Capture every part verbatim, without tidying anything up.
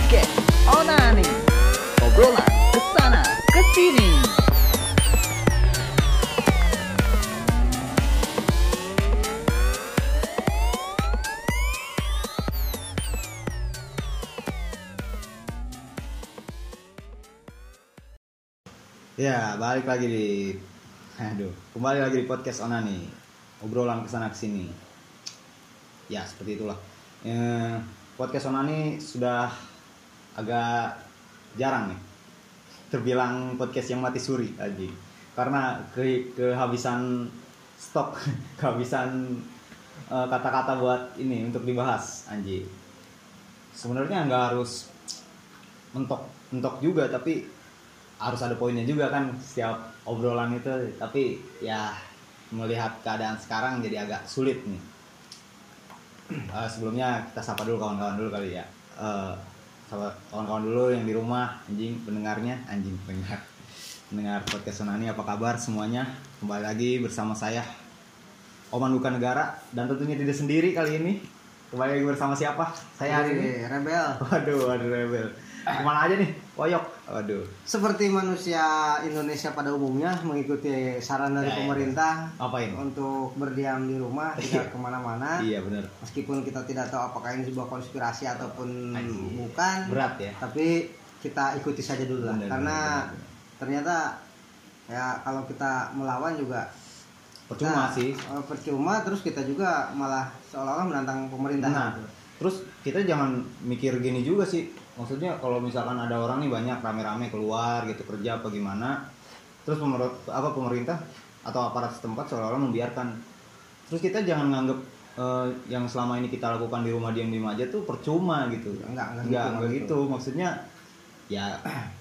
podcast Onani, obrolan kesana kesini. Ya, balik lagi di Aduh, kembali lagi di podcast Onani, obrolan kesana kesini. Ya, seperti itulah. Eh, podcast Onani sudah agak jarang nih. Terbilang podcast yang mati suri aja. Karena ke kehabisan stok, kehabisan eh, kata-kata buat ini untuk dibahas, anjing. Sebenarnya nggak harus mentok mentok juga, tapi harus ada poinnya juga kan setiap obrolan itu. Tapi ya melihat keadaan sekarang jadi agak sulit nih. Uh, sebelumnya kita sapa dulu kawan-kawan dulu kali ya. Uh, sapa kawan-kawan dulu yang di rumah, anjing pendengarnya, anjing pendengar pendengar podcast Onani, apa kabar semuanya? Kembali lagi bersama saya Oman Bukan Negara, dan tentunya tidak sendiri kali ini. Kembali lagi bersama siapa? Saya hari ini Rebel. Waduh, waduh Rebel. Kemana aja nih? Koyok. Waduh. Seperti manusia Indonesia pada umumnya mengikuti saran dari ya, pemerintah ya. Apain? Untuk berdiam di rumah, tidak kemana-mana. Iya benar. Meskipun kita tidak tahu apakah ini sebuah konspirasi ataupun Anjir. bukan. Berat ya. Tapi kita ikuti saja dulu lah. Bener, Karena bener, bener. ternyata ya kalau kita melawan juga Percuma kita, sih. uh, percuma terus kita juga malah seolah-olah menantang pemerintah. Nah, terus kita jangan mikir gini juga sih. Maksudnya kalau misalkan ada orang nih banyak rame-rame keluar gitu kerja apa gimana, terus pemer apa pemerintah atau aparat setempat seolah-olah membiarkan. Terus kita jangan nganggep uh, yang selama ini kita lakukan di rumah diam-diam aja tuh percuma gitu. Enggak, enggak, enggak, gitu, enggak gitu. Maksudnya ya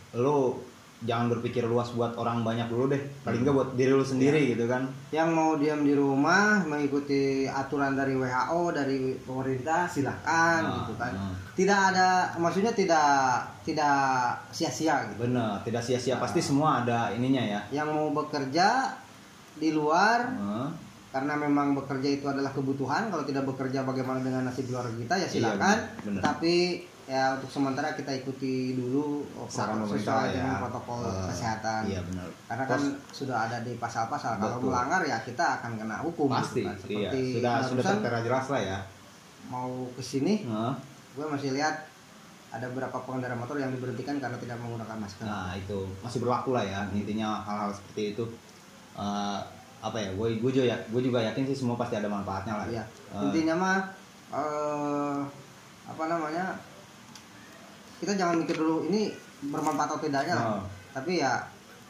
lo jangan berpikir luas buat orang banyak dulu deh. Paling enggak buat diri lu sendiri ya. Gitu kan. Yang mau diam di rumah mengikuti aturan dari W H O, dari pemerintah, silahkan nah, gitu kan. Nah. Tidak ada, maksudnya tidak tidak sia-sia gitu. Bener, tidak sia-sia. Nah. Pasti semua ada ininya ya. Yang mau bekerja di luar nah. Karena memang bekerja itu adalah kebutuhan. Kalau tidak bekerja bagaimana dengan nasib keluarga kita ya silakan. Iya, tapi ya untuk sementara kita ikuti dulu saran sesuai ya. dengan protokol uh, kesehatan. Iya benar. Karena kan Terus, sudah ada di pasal-pasal kalau melanggar ya kita akan kena hukum. Pasti. Gitu kan. Seperti iya. Sudah sudah tertera jelas lah ya. Mau kesini, uh. gue masih lihat ada beberapa pengendara motor yang diberhentikan karena tidak menggunakan masker. Nah itu masih berlaku lah ya. Intinya hal-hal seperti itu. Uh, apa ya? Gue gue juga gue juga yakin sih semua pasti ada manfaatnya lah. Iya. Uh. Intinya mah uh, apa namanya? Kita jangan mikir dulu ini bermanfaat atau tidaknya lah. Oh. Tapi ya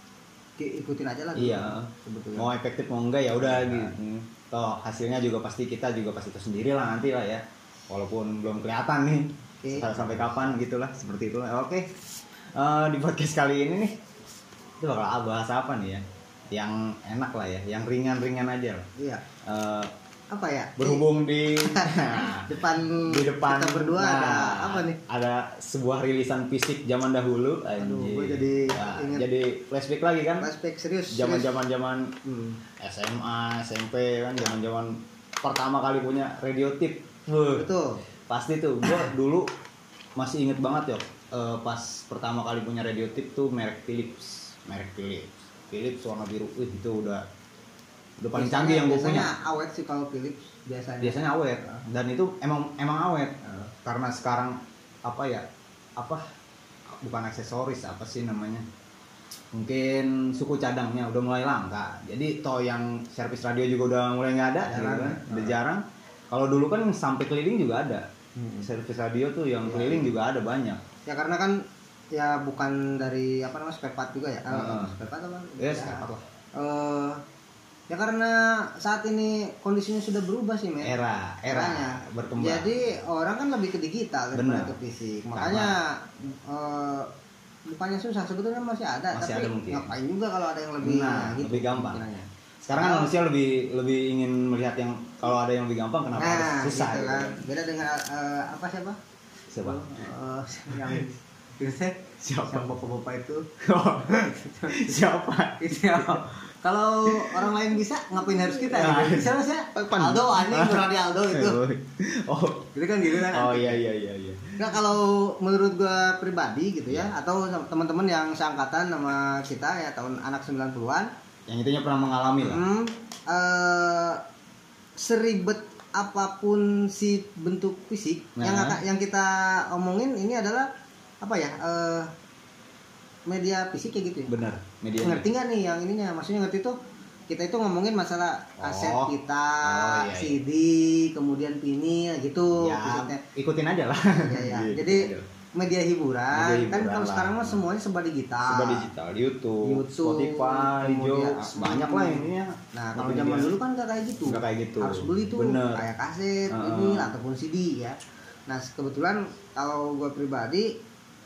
ikutin aja lah. Iya. Sebetulnya. Mau efektif mau enggak ya udah ya. Gitu. Toh hasilnya juga pasti kita juga pasti tahu sendiri lah nanti lah ya. Walaupun belum kelihatan nih. Okay. Sampai kapan gitulah seperti itu. Oke. Uh, di podcast kali ini nih itu bakal bahas apa nih ya? Yang enak lah ya, yang ringan-ringan aja lah. Iya. Uh, apa ya? Berhubung di depan di depan kita berdua nah, ada apa nih? Ada sebuah rilisan fisik zaman dahulu. Aduh, gue jadi nah, inget. Jadi flashback lagi kan? Flashback serius. Zaman-zaman zaman hmm. S M A, S M P kan, zaman-zaman pertama kali punya radio tip. Betul. Pasti tuh, gue dulu masih inget banget ya. Uh, pas pertama kali punya radio tip tuh merek Philips, merek Philips, Philips warna biru. Wih, itu udah udah paling biasanya, canggih yang gue punya. Biasanya awet sih kalau Philips biasanya. Biasanya awet dan itu emang emang awet uh. Karena sekarang apa ya apa bukan aksesoris apa sih namanya, mungkin suku cadangnya udah mulai langka. Jadi toh yang servis radio juga udah mulai nggak ada, jarang, gitu kan? uh. Udah jarang. Kalau dulu kan sampai keliling juga ada hmm. servis radio tuh yang ya, keliling ya. Juga ada banyak. Ya karena kan ya bukan dari apa namanya spare part juga ya. Uh. Spare part apa? Ya, spare part lah. Uh, Ya karena saat ini kondisinya sudah berubah sih, men. Era, era berkembang. Jadi orang kan lebih ke digital daripada ke fisik. Makanya uh, bukannya susah, sebetulnya masih ada. Masih tapi ada mungkin. Ngapain juga kalau ada yang lebih nah, gitu, lebih gampang. Pikirannya. Sekarang kan manusia lebih lebih ingin melihat yang kalau ada yang lebih gampang kenapa nah, harus susah gitu kan. Gitu. Beda dengan uh, apa siapa? Siapa? Uh, yang siapa? Yang bapak-bapak itu. Siapa? Siapa? Kalau orang lain bisa, ngapain harus kita? Nah, gitu? Siapa sih? Aldo, anjing berani Aldo itu. Oh, itu kan gitu kan? Oh iya iya iya iya. Nah, kalau menurut gua pribadi gitu ya, atau teman-teman yang seangkatan sama kita ya tahun anak sembilan puluhan yang intinya pernah mengalami lah. Hmm, uh, seribet apapun si bentuk fisik nah. yang yang kita omongin ini adalah apa ya? Uh, media fisik kayak gitu ya. Benar, media. Ngerti nggak nih yang ininya? Maksudnya ngerti tuh kita itu ngomongin masalah kaset oh. kita, oh, iya, iya. C D, kemudian vinil gitu. Ya, ikutin aja lah. Ya, ya. Jadi media hiburan, media hiburan kan kalau sekarang mah semuanya serba digital. Serba digital, YouTube, YouTube Spotify, Joox, banyak lah ininya. Nah, kalau zaman dulu kan nggak kayak gitu. Nggak kayak gitu. Harus beli tuh Bener. kayak kaset, uh. ini ataupun C D ya. Nah, kebetulan kalau gue pribadi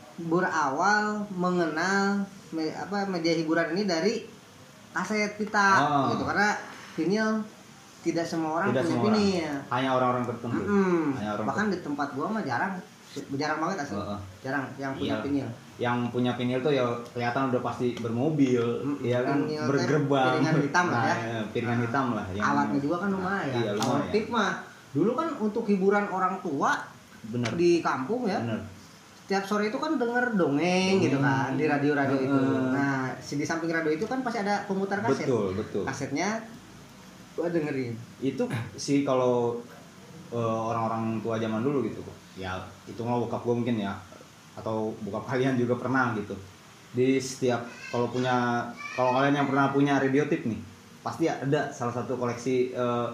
berawal mengenal me, apa media hiburan ini dari kaset kita oh. gitu, karena vinyl tidak semua orang tidak punya semua vinyl, orang. Hanya orang-orang tertentu. Mm-hmm. Hanya orang bahkan tertentu. Di tempat gua mah jarang, jarang banget asli, uh, uh. jarang yang punya iya. vinyl. Yang punya vinyl tuh ya kelihatan udah pasti bermobil, mm-hmm. ya kan, vinyl bergerbang, piringan hitam lah ya, nah, piringan nah, hitam lah. Yang alatnya juga kan lumayan. Iya, Kalau tip mah dulu kan untuk hiburan orang tua bener. Di kampung ya. Bener. Setiap sore itu kan denger dongeng hmm. gitu kan di radio-radio hmm. itu. Nah, di samping radio itu kan pasti ada pemutar kaset. Betul, betul. Kasetnya gua dengerin. Itu sih kalau uh, orang-orang tua zaman dulu gitu. Ya, itu mah bokap gua mungkin ya, atau bokap kalian juga pernah gitu. Di setiap kalau punya kalau kalian yang pernah punya radio tip nih, pasti ada salah satu koleksi uh,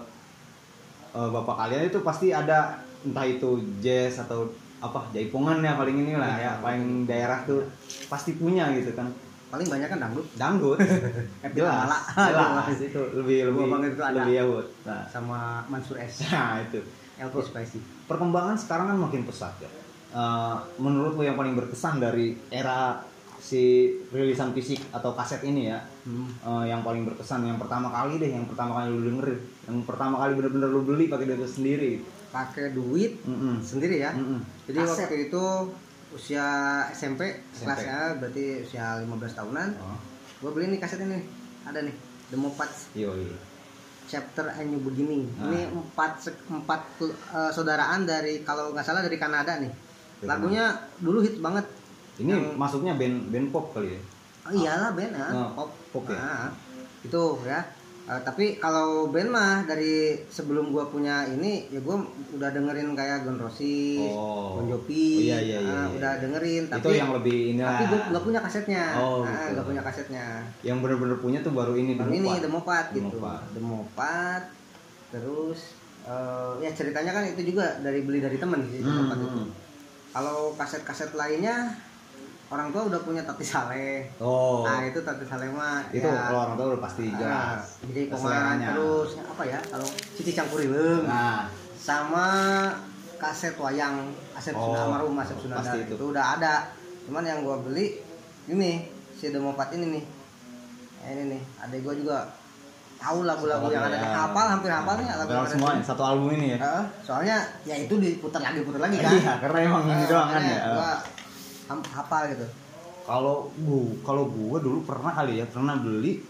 uh, bapak kalian itu pasti ada, entah itu jazz atau apa jaipongan ya paling inilah ya, ya paling daerah tuh pasti punya gitu kan, paling banyak kan dangdut dangdut jelas jelas itu lebih lebih itu ada. Lebih yahut nah. Sama Mansur S nah itu Elvis Spicy. Perkembangan sekarang kan makin pesat ya. Uh, menurut lo yang paling berkesan dari era si rilisan fisik atau kaset ini ya, hmm. uh, yang paling berkesan yang pertama kali deh, yang pertama kali lu dengerin, yang pertama kali bener-bener lu beli pakai duit sendiri, pakai duit mm-mm. sendiri ya. Mm-mm. Jadi kaset. Waktu itu usia S M P, S M P. Kelasnya berarti usia lima belas tahunan. Oh. Gue beli nih kaset ini, ada nih The Muppets. Iya iya. Chapter A New Beginning. Ah. Ini empat empat uh, saudaraan dari, kalau nggak salah dari Kanada nih. Lagunya dulu hits banget. Ini yang, masuknya band band pop kali ya? Oh iyalah band ya, oh, pop, pop ya. Nah, itu ya. Uh, tapi kalau band mah dari sebelum gua punya ini ya gua udah dengerin kayak Gun Roses, oh. Bon Jovi, oh, iya, iya, iya, uh, iya. udah dengerin. Tapi itu yang lebih inilah. Tapi gua nggak punya kasetnya. Oh, nah, gitu. Nggak punya kasetnya. Yang bener-bener punya tuh baru ini. Baru ini The Muppets gitu. Muppet. The Muppets. Terus uh, ya ceritanya kan itu juga dari beli dari temen sih. The Muppets itu. Kalau kaset-kaset lainnya orang tua udah punya Tati Saleh. Oh. Nah, itu Tati Saleh mah itu ya, kalau orang tua udah pasti jelas. Uh, jadi Koman terus apa ya? Kalau Cici Cangkurileng. Nah, sama kaset wayang Asep oh, Sunardi, Asep Sunardi itu. itu udah ada. Cuman yang gua beli ini si The Muppets ini nih. Nah, ini nih, adek gua juga tahu lagu-lagu yang ada, ya. Hafal, hampir hafal nih lagu-lagu semua satu album ini ya. Uh, soalnya ya itu diputar lagi putar lagi kan. Iya, karena emang ini uh, doang kan ya. Gua hafal gitu. Kalau gua kalau gua dulu pernah kali ya, pernah beli,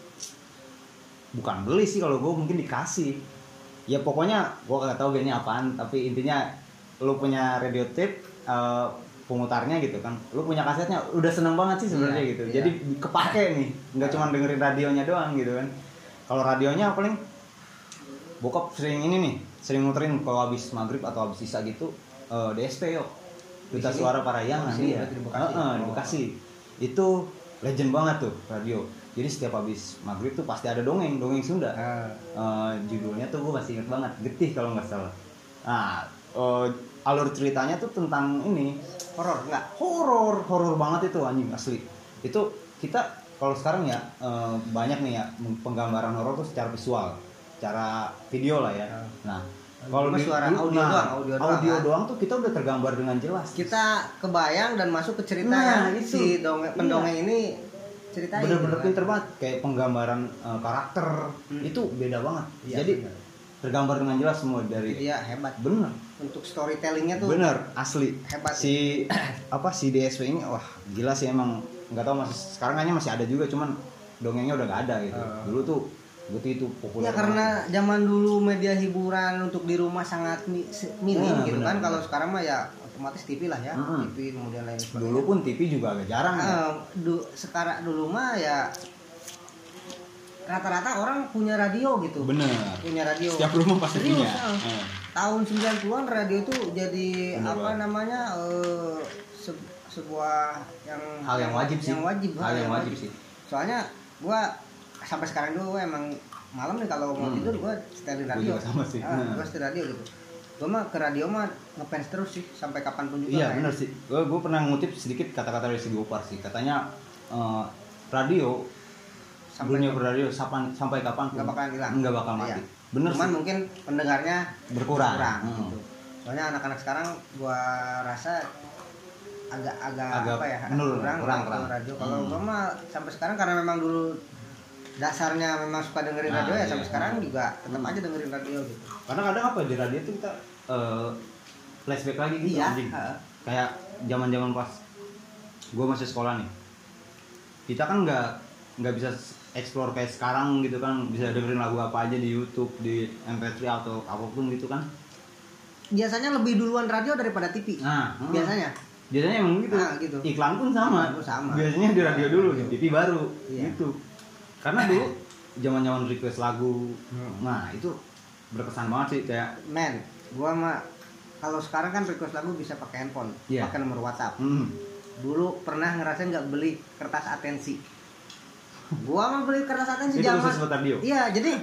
bukan beli sih, kalau gua mungkin dikasih. Ya pokoknya gua kagak tahu bandnya apaan, tapi intinya lu punya radio tape, uh, pemutarnya gitu kan, lu punya kasetnya, udah seneng banget sih sebenarnya yeah, gitu. Yeah. Jadi kepake nih, nggak cuma dengerin radionya doang gitu kan. Kalau radionya paling bokap sering ini nih, sering muterin kalau habis maghrib atau habis isya gitu, uh, D S P yo, Duta Suara Parayangan. Iya, di Bekasi. Uh, uh, di Bekasi. Itu legend banget tuh radio. Jadi setiap habis maghrib tuh pasti ada dongeng, dongeng Sunda. Uh. Uh, judulnya tuh gue masih inget banget, Getih kalau nggak salah. Nah, uh, alur ceritanya tuh tentang ini horor nggak? Horor, horor banget itu anjing asli. Itu kita kalau sekarang ya uh, banyak nih ya penggambaran horor tuh secara visual, secara video lah ya. Uh. Nah, kalau di suara audio nah, doang, audio, audio doang, doang tuh kita udah tergambar dengan jelas. Kita kebayang dan masuk ke cerita nah, yang itu. Si dongeng pendongeng iya. Ini ceritain. Bener-bener gitu, pinter banget, kayak penggambaran uh, karakter hmm. itu beda banget. Iya, jadi bener. Tergambar dengan jelas semua dari. Iya hebat. Bener. Untuk storytellingnya tuh. Bener asli. Hebat. Si apa si D S P ini wah gila sih emang. Nggak tahu masih sekarang kayaknya masih ada juga, cuman dongengnya udah nggak ada gitu. Uh. Dulu tuh Getih itu populer. Ya karena zaman dulu media hiburan untuk di rumah sangat mi, minim nah, gitu bener, kan. Kalau sekarang mah ya otomatis T V lah ya, hmm. T V kemudian lain sebagainya. Dulu pun T V juga agak jarang uh, ya. Du, sekarang dulu mah ya rata-rata orang punya radio gitu. Bener. Punya radio. Setiap rumah pasti punya. Hmm. Tahun sembilan puluhan radio itu jadi Bener apa banget. namanya uh, se sebuah yang hal yang wajib sih. Yang wajib. Hal yang wajib, wajib sih. Soalnya gua sampai sekarang dulu gua emang malam nih kalau mau hmm. tidur gua setelin radio. Gua juga sama sih. Ah, gua setel radio gitu. Gua mah ke radio mah ngefans terus sih sampai kapanpun juga. Iya benar sih. Gua gua pernah ngutip sedikit kata-kata dari si Gopar sih. Katanya uh, radio dunia radio sampai sampai kapan nggak bakal hilang, nggak bakal mati. Iya. Bener cuman sih. Mungkin pendengarnya berkurang, berkurang hmm. gitu. Soalnya anak-anak sekarang gua rasa agak-agak agak apa ya menurun, kurang kurang, kurang radio. Kalau hmm. gua mah sampai sekarang karena memang dulu dasarnya memang suka dengerin nah, radio ya iya. sampai sekarang juga tetap hmm. aja dengerin radio gitu. Karena kadang apa di radio tuh kita uh, flashback lagi gitu. Iya. Uh. Kayak zaman-zaman pas gua masih sekolah nih. Kita kan nggak nggak bisa explore kayak sekarang gitu kan, bisa dengerin lagu apa aja di YouTube, di M P tiga atau apapun gitu kan. Biasanya lebih duluan radio daripada T V. Nah, biasanya. Biasanya emang gitu. Nah, gitu. Iklan pun sama. Pun sama. Biasanya di radio dulu, di T V baru. Iya. Gitu. Karena dulu zaman-zaman request lagu. Hmm. Nah, itu berkesan banget sih kayak men, gua mah kalau sekarang kan request lagu bisa pakai handphone, yeah. pakai nomor WhatsApp. Hmm. Dulu pernah ngerasain nggak beli kertas atensi. Gua mau beli kertas atensi zaman. Iya, jadi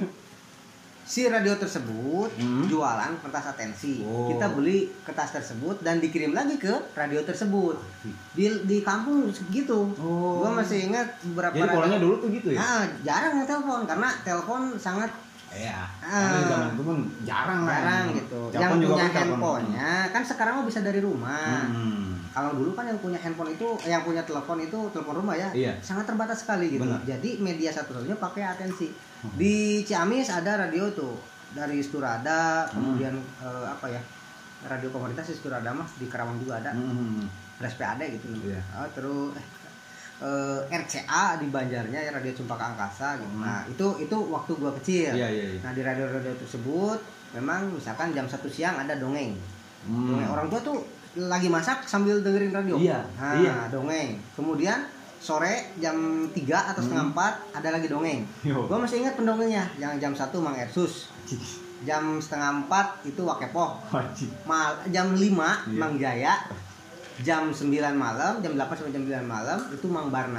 si radio tersebut hmm. jualan kertas atensi. Oh. Kita beli kertas tersebut dan dikirim lagi ke radio tersebut. Di di kampung gitu. Oh. Gua masih ingat beberapa. Jadi polanya dulu tuh gitu ya? Nah, jarang ya telepon karena telepon sangat Iya. Ah, zaman itu pun jarang lah. Jarang gitu. Yang punya handphonenya kan sekarang mah bisa dari rumah. Hmm. Kalau dulu kan yang punya handphone itu, yang punya telepon itu telepon rumah ya, iya. sangat terbatas sekali gitu. Bener. Jadi media satu-satunya pakai atensi. Hmm. Di Ciamis ada radio tuh dari Sturada, hmm. kemudian eh, apa ya radio komunitas di Sturada mas, di Karawang juga ada, hmm. R S P A D gitu. Iya. Oh, terus eh, R C A di Banjarnya ya radio Cempaka Angkasa gitu. Hmm. Nah itu itu waktu gua kecil. Iya, iya, iya. Nah di radio-radio tersebut memang misalkan jam satu siang ada dongeng. Hmm. Dongeng orang tua tuh lagi masak sambil dengerin radio. Iya. Nah, iya. Dongeng. Kemudian sore jam tiga atau setengah empat hmm. ada lagi dongeng. Yo. Gua masih ingat pendongengnya. Yang jam satu Mang Ersus. Jam setengah empat itu Wakepoh. Mal jam lima iya. Mang Jaya. Jam sembilan malam, jam delapan sampai jam sembilan malam itu Mang Barna.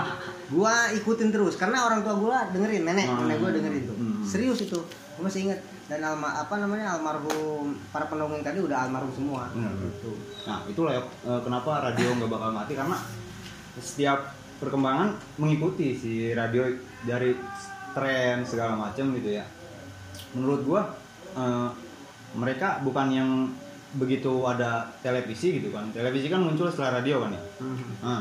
Gua ikutin terus karena orang tua gua dengerin, nenek, hmm. nenek gua dengerin tuh. Hmm. Serius itu. Gua masih ingat. Dan alma apa namanya almarhum para pendongeng tadi udah almarhum semua. Hmm. Gitu. Nah itulah ya kenapa radio nggak bakal mati karena setiap perkembangan mengikuti si radio dari tren segala macam gitu ya. Menurut gua eh, mereka bukan yang begitu ada televisi gitu kan. Televisi kan muncul setelah radio kan ya. Hmm. Nah,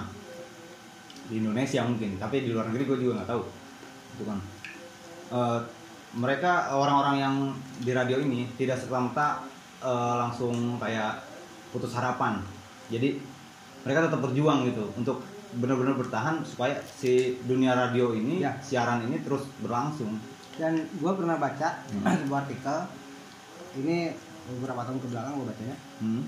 di Indonesia mungkin, tapi di luar negeri gua juga nggak tahu. Itu kan. Eh, mereka orang-orang yang di radio ini tidak serta-merta uh, langsung kayak putus harapan. Jadi mereka tetap berjuang gitu untuk benar-benar bertahan supaya si dunia radio ini, ya. siaran ini terus berlangsung. Dan gue pernah baca hmm. sebuah artikel ini beberapa tahun ke belakang gue bacanya. Hmm.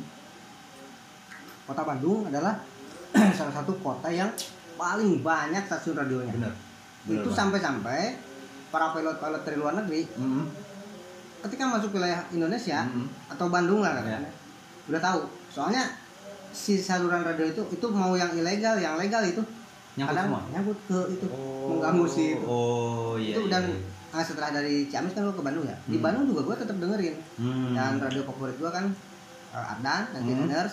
Kota Bandung adalah salah satu kota yang paling banyak stasiun radionya. Benar. Benar itu sampai-sampai para pilot-pilot dari luar negeri mm-hmm. ketika masuk wilayah Indonesia mm-hmm. atau Bandung lah katanya, yeah. udah tahu. Soalnya si saluran radio itu itu mau yang ilegal, yang legal itu nyangkut kadang semua. nyangkut ke itu oh. mengganggu sih itu. Oh iya. Itu dan iya. Nah, setelah dari Ciamis kan gue ke Bandung ya. Hmm. Di Bandung juga gue tetap dengerin. Hmm. Dan radio favorit gue kan uh, Ardan, Nanti hmm. Diners,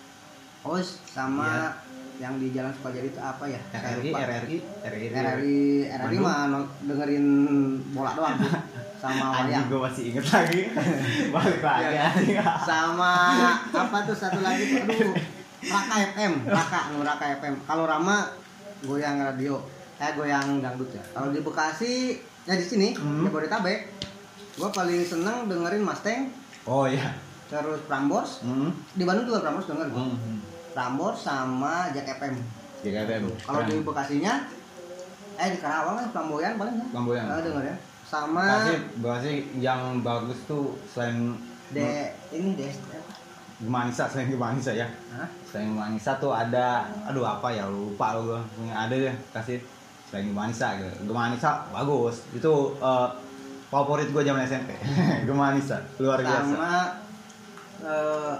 Os sama yeah. yang di Jalan Sukajadi itu apa ya? R R I, R R I, R R I, R R I, R R I mah dengerin bola doang tuh. Sama wayang. Gue masih inget lagi. Balik lagi. Ya, sama apa tuh satu lagi tuh? Aduh, Raka F M, Raka, Raka F M. Kalau Rama goyang radio, eh goyang dangdut ya. Kalau di Bekasi, ya di sini, hmm. Jabodetabek, gue paling seneng dengerin Mustang. Oh iya. Terus Prambors. Hmm. Di Bandung juga Prambors denger gue. Hmm. Prambors sama Jack F M. Jack F M. Kalau di Bekasinya, eh di Karawang kan Flamboyan paling kan? Flamboyan. Nah, denger ya. Sama Bekasi, Bekasi yang bagus tuh selain de ini de Gemanisa, selain Gemanisa ya. Hah? Selain Gemanisa tuh ada, aduh apa ya lupa lo gue. Ada deh kasih selain Gemanisa gitu. Gemanisa bagus. Itu uh, favorit gue zaman S M P. Gemanisa luar biasa. Sama uh,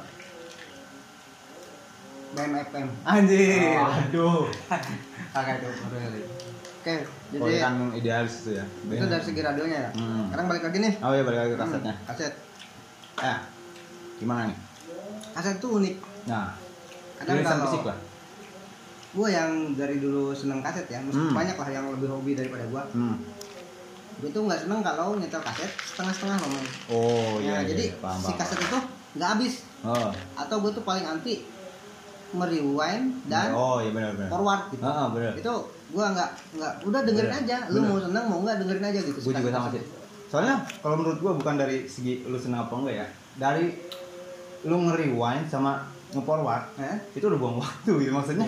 B M F M. Anjir. Oh. Aduh. Kakak itu really. Oke, Oh, jadi kan idealis itu ya. itu dari segi radionya ya. Hmm. Sekarang balik lagi nih. Oh iya balik lagi ke kasetnya. Hmm, kaset. Eh, gimana nih? Kaset tuh unik. Nah, Kadang rilisan kalau- fisik lah. Gue yang dari dulu seneng kaset ya, mesti Hmm. banyak lah yang lebih hobi daripada gue. Hmm. Gue tuh nggak seneng kalau nyetel kaset setengah-setengah ngomong. Oh Nah, iya. iya, jadi paham, si paham. kaset itu nggak habis. Oh. Atau gue tuh paling anti merewind dan Oh iya benar benar. forward gitu. Ah, ah, benar. Itu gue nggak nggak udah dengerin Bener. aja. Lu Bener. mau seneng mau nggak dengerin aja gitu. Gue juga sama kaset. sih. Soalnya kalau menurut gue bukan dari segi lu senang apa enggak ya, dari lu nge-rewind sama nge-forward Eh? itu udah buang waktu gitu maksudnya.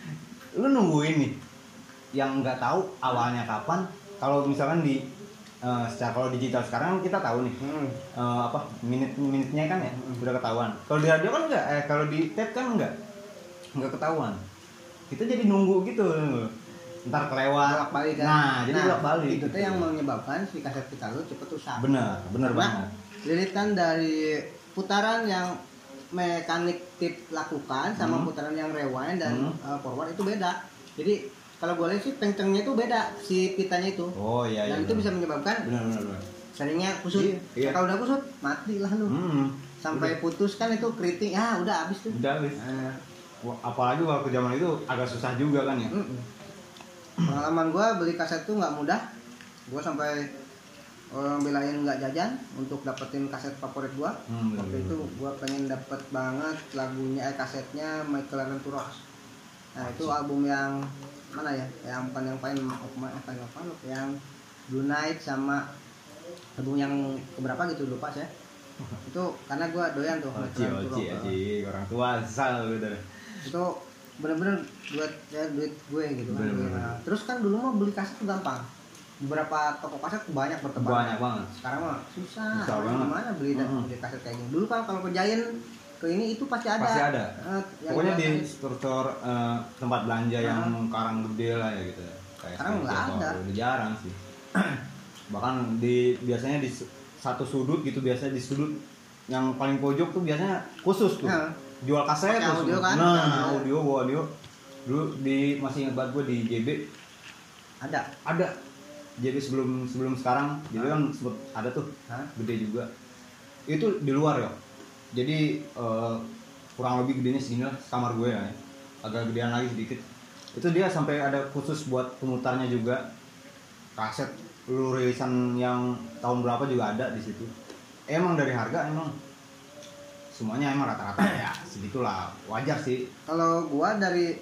Lu nungguin nih yang nggak tahu awalnya kapan. Kalau misalkan di eh, secara kalau digital sekarang kita tahu nih Hmm. eh, apa minit-minitnya kan ya Hmm. udah ketahuan. Kalau di radio kan enggak, eh kalau di tape kan enggak enggak ketahuan. Kita jadi nunggu gitu. Ntar kelewat. Bolak-balik kan. Nah, jadi bolak-balik. Itu tuh yang menyebabkan si kaset kita lu cepet rusak. Bener, bener Karena banget. lilitan dari putaran yang mekanik tip lakukan sama Hmm. putaran yang rewind dan Hmm. uh, forward itu beda. Jadi kalau gue lihat sih kencengnya itu beda si pitanya itu. Oh iya iya. Dan itu bisa menyebabkan benar benar benar. seringnya kusut. Iya, iya. Kalau udah kusut mati lah lu. Hmm. Sampai putus kan itu keriting. Ya udah habis tuh. Udah habis. Nah, Wah, apalagi waktu zaman itu agak susah juga kan ya. mm-mm. Pengalaman gue beli kaset tuh nggak mudah. Gue sampai orang belain nggak jajan untuk dapetin kaset favorit gue. Hmm, bener, Waktu bener, itu bener. gue pengen dapet banget lagunya, eh kasetnya Michael Anturos. Nah itu album yang mana ya? Yang bukan yang paling apa yang apa yang Blue Night sama album yang keberapa gitu lupa saya. Itu karena gue doyan tuh Oci Michael oci Anturos. oci orang tua asal gitu. Itu bener-bener buat ya duit gue gitu kan. Bener-bener. Nah, terus kan dulu mah beli kaset tuh gampang. Beberapa toko kaset banyak bertebaran. Banyak banget. Sekarang mah susah. Susah Orang banget. Gimana beli, Mm-mm. beli kaset kayak gini? Dulu kan kalau ke Giant ke ini itu pasti ada. Pasti ada. Eh, yang Pokoknya jual di kaset. store-store eh, tempat belanja yang Ah. karang gede lah ya gitu. Kayak Sekarang nggak Spesial, ada. udah jarang sih. Bahkan di biasanya di su- satu sudut gitu biasanya di sudut yang paling pojok tuh biasanya khusus tuh. Nah. Jual kaset Pakai tuh audio semua. kan? Nah, Nah. audio bawa audio. Dulu di masih ingat banget gue di J B Ada. ada. J B sebelum sebelum sekarang, J B kan sempet ada tuh. Hah? Gede juga. Itu di luar ya. Jadi eh, kurang lebih gedenya segini lah kamar gue ya. Agak gedean lagi sedikit. Itu dia sampai ada khusus buat pemutarnya juga. Kaset lu rilisan yang tahun berapa juga ada di situ. Emang dari harga emang semuanya emang rata-rata ya segitulah, wajar sih. Kalau gua dari